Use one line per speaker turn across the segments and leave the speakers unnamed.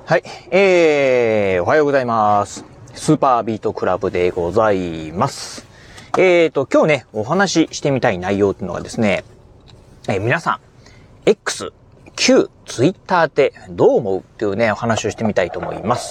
はい、おはようございます。スーパービートクラブでございます。今日ね、お話ししてみたい内容っていうのがですね、皆さん、X、旧 Twitter ってどう思うっていうね、お話をしてみたいと思います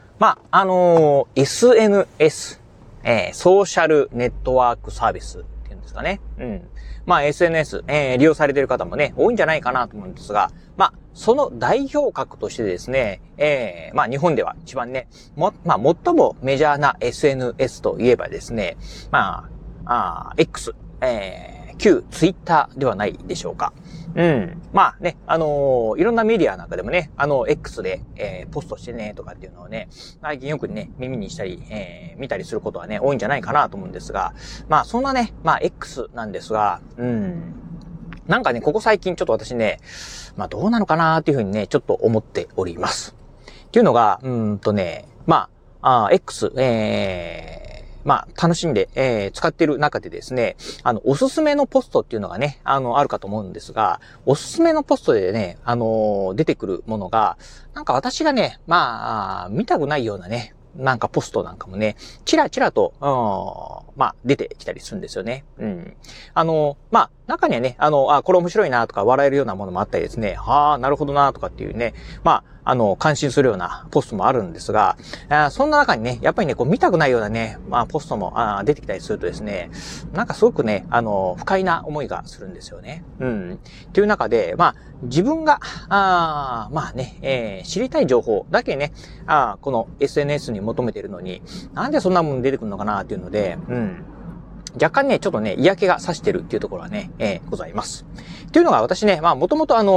。SNS、ソーシャルネットワークサービスっていうんですかね。SNS、利用されている方もね、多いんじゃないかなと思うんですが、その代表格としてですね、日本では一番ね、最もメジャーな SNS といえばですね、X、旧 Twitter ではないでしょうか。いろんなメディアなんかでもね、X で、ポストしてね、とかっていうのをね、最近よくね、耳にしたり、見たりすることはね、多いんじゃないかなと思うんですが、そんなね、X なんですが、なんかね、ここ最近ちょっと私ね、どうなのかなっていうふうにね、ちょっと思っております。っていうのが、X、楽しんで、使っている中でですね、おすすめのポストっていうのがね、あるかと思うんですが、おすすめのポストでね、出てくるものが、なんか私がね、見たくないようなね、なんかポストなんかもね、チラチラと、出てきたりするんですよね。中にはね、これ面白いなとか笑えるようなものもあったりですね、なるほどなとかっていうね、感心するようなポストもあるんですが、そんな中にね、やっぱりね、見たくないようなね、ポストも出てきたりするとですね、なんかすごくね、不快な思いがするんですよね。っていう中で、自分が、知りたい情報だけね、この SNS に求めているのに、なんでそんなもの出てくるのかなっていうので、若干ね、ちょっとね、嫌気がさしてるっていうところはね、ございます。っていうのが私ね、もともと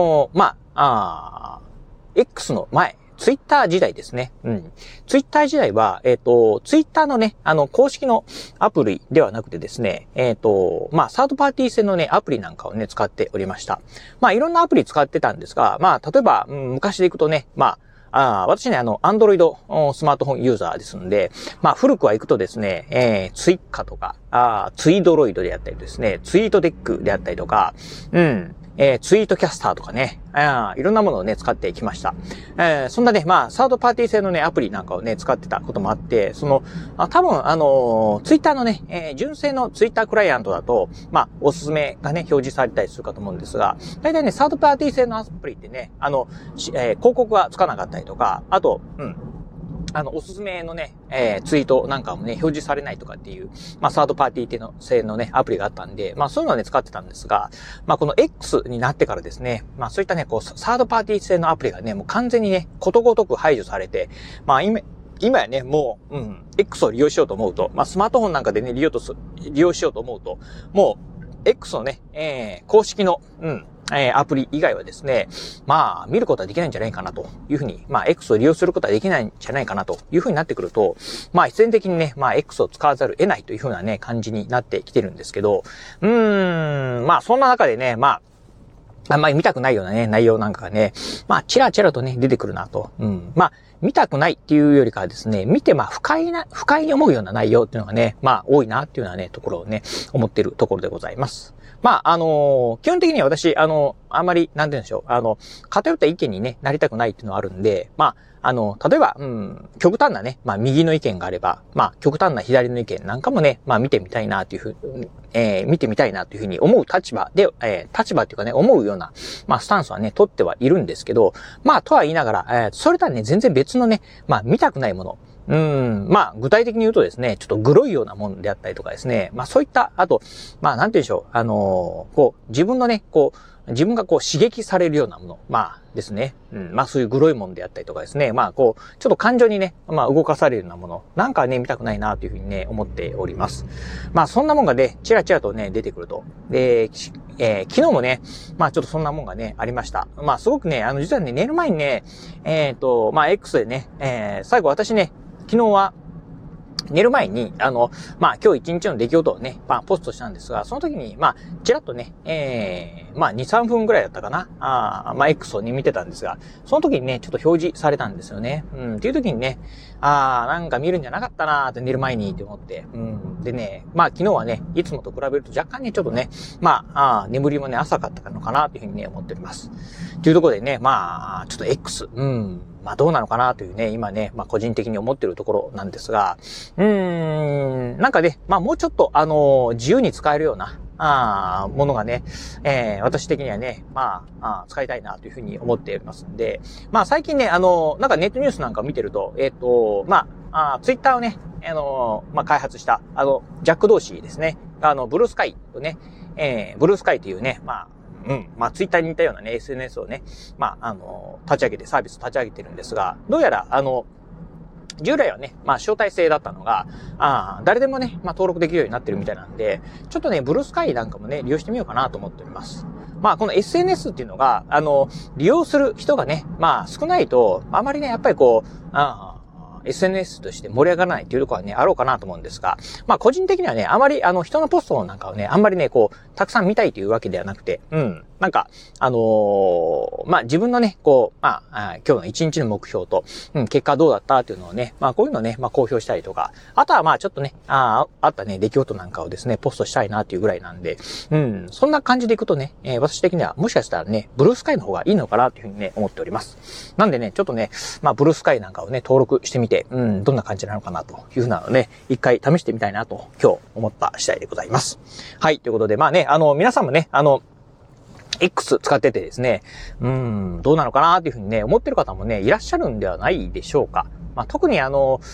X の前、ツイッター時代ですね。ツイッター時代は、ツイッターのね、公式のアプリではなくてですね、サードパーティー製のね、アプリなんかをね、使っておりました。いろんなアプリ使ってたんですが、例えば、昔でいくとね、私ね、アンドロイドスマートフォンユーザーですので、古くは行くとですね、ツイッカとか、ツイドロイドであったりですね、ツイートデックであったりとか、ツイートキャスターとかね、いろんなものをね、使ってきました。そんなね、サードパーティー製のね、アプリなんかをね、使ってたこともあって、多分、ツイッターのね、純正のツイッタークライアントだと、おすすめがね、表示されたりするかと思うんですが、大体ね、サードパーティー製のアプリってね、広告がつかなかったりとか、あと、おすすめのね、ツイートなんかもね、表示されないとかっていう、サードパーティー製のね、アプリがあったんで、そういうのをね、使ってたんですが、この X になってからですね、そういったね、サードパーティー製のアプリがね、もう完全にね、ことごとく排除されて、今やね、もう、X を利用しようと思うと、スマートフォンなんかでね、利用しようと思うと、もう、X のね、公式の、アプリ以外はですね、見ることはできないんじゃないかなというふうに、X を利用することはできないんじゃないかなというふうになってくると、必然的にね、X を使わざるを得ないというふうなね、感じになってきてるんですけど、そんな中でね、あんまり見たくないようなね、内容なんかがね、チラチラとね、出てくるなと。見たくないっていうよりかはですね、見て不快に思うような内容っていうのがね、多いなっていうようなね、ところをね、思っているところでございます。基本的には私、あんまり、なんて言うんでしょう、偏った意見にね、なりたくないっていうのはあるんで、例えば、極端なね、右の意見があれば、極端な左の意見なんかもね、見てみたいなというふうに思う立場で、立場っていうかね、思うような、スタンスはね、取ってはいるんですけど、とは言いながら、それとはね、全然別のね、見たくないもの、具体的に言うとですね、ちょっとグロいようなもんであったりとかですね、そういった、あと、なんて言うんでしょう、自分のね、自分が刺激されるようなもの、ですね。そういうグロいものであったりとかですね、ちょっと感情にね、動かされるようなもの、なんかね、見たくないなというふうにね、思っております。そんなもんがね、チラチラとね、出てくると。で、昨日もね、ちょっとそんなもんがね、ありました。すごくね、実はね、寝る前にね、X でね、最後私ね、昨日は、 寝る前に、今日一日の出来事をね、ポストしたんですが、その時に、ちらっとね、2、3分ぐらいだったかな。X をね、見てたんですが、その時にね、ちょっと表示されたんですよね。っていう時にね、なんか見るんじゃなかったなーって寝る前にって思って。でね、昨日はね、いつもと比べると若干ね、ちょっとね、眠りもね、浅かったのかなというふうにね、思っております。というところでね、ちょっと X、どうなのかなというね、今ね、個人的に思っているところなんですが、なんかね、もうちょっと、自由に使えるような、ものがね、私的にはね、使いたいなというふうに思っていますんで、最近ね、なんかネットニュースなんか見てると、ツイッターをね、開発した、ジャック・ドーシーですね、ブルースカイとね、ブルースカイというね、ツイッターに似たようなね、SNS をね、立ち上げて、サービス立ち上げてるんですが、どうやら、従来はね、招待制だったのが、誰でもね、登録できるようになってるみたいなんで、ちょっとね、ブルースカイなんかもね、利用してみようかなと思っております。この SNS っていうのが、利用する人がね、少ないと、あまりね、やっぱりSNS として盛り上がらないっていうところはね、あろうかなと思うんですが、個人的にはね、あまり人のポストなんかをね、あんまりね、たくさん見たいというわけではなくて、なんか、自分のね、今日の一日の目標と、結果どうだったっていうのをね、こういうのをね、公表したりとか、あとはちょっとね、あったね、出来事なんかをですね、ポストしたいなっていうぐらいなんで、そんな感じでいくとね、私的にはもしかしたらね、ブルースカイの方がいいのかなというふうにね、思っております。なんでね、ちょっとね、ブルースカイなんかをね、登録してみて、どんな感じなのかなというふうなのをね、一回試してみたいなと、今日思った次第でございます。はい、ということで、皆さんもね、X 使っててですね、どうなのかなっていうふうにね、思ってる方もね、いらっしゃるんではないでしょうか。特に今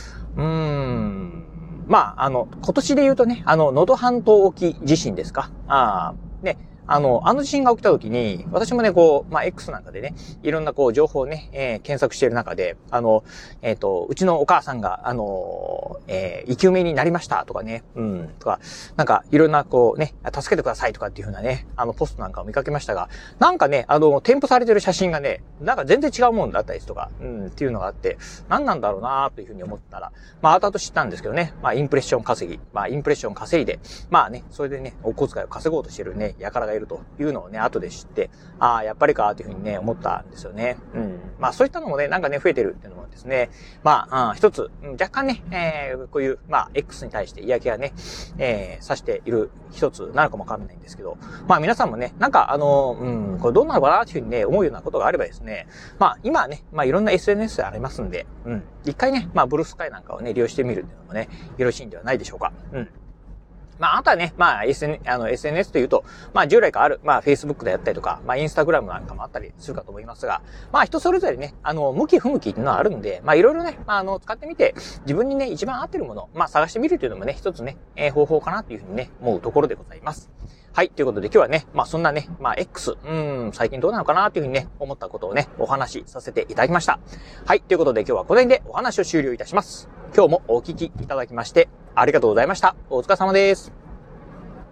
年で言うとね、能登半島沖地震ですか。地震が起きた時に、私もね、X なんかでね、いろんな情報をね、検索している中で、うちのお母さんが、生き埋めになりましたとかね、とか、なんか、いろんな助けてくださいとかっていう風なね、ポストなんかを見かけましたが、なんかね、添付されてる写真がね、なんか全然違うもんだったりとか、っていうのがあって、何なんだろうなという風に思ったら、後々知ったんですけどね、インプレッション稼ぎ、インプレッション稼いで、それでね、お小遣いを稼ごうとしてるね、輩がいるというのをね、後で知って、やっぱりかというふうにね、思ったんですよね。そういったのもね、なんかね、増えてるっていうのもですね、一つ、若干ね、こういう、X に対して嫌気がね、さしている一つなのかもわかんないんですけど、皆さんもね、なんかこれどうなのかなというふうにね、思うようなことがあればですね、今はね、いろんな SNS ありますんで、一回ね、ブルースカイなんかをね、利用してみるっていうのもね、よろしいんではないでしょうか。あとはね、SNS というと、従来からある、Facebook であったりとか、Instagram なんかもあったりするかと思いますが、人それぞれね、向き不向きっていうのはあるんで、いろいろね、使ってみて、自分にね、一番合ってるものを、探してみるというのもね、一つね、方法かなというふうにね、思うところでございます。はい。ということで今日はね、そんなね、X、最近どうなのかなというふうにね、思ったことをね、お話しさせていただきました。はい。ということで今日はこの辺でお話を終了いたします。今日もお聞きいただきまして、ありがとうございました。お疲れ様です。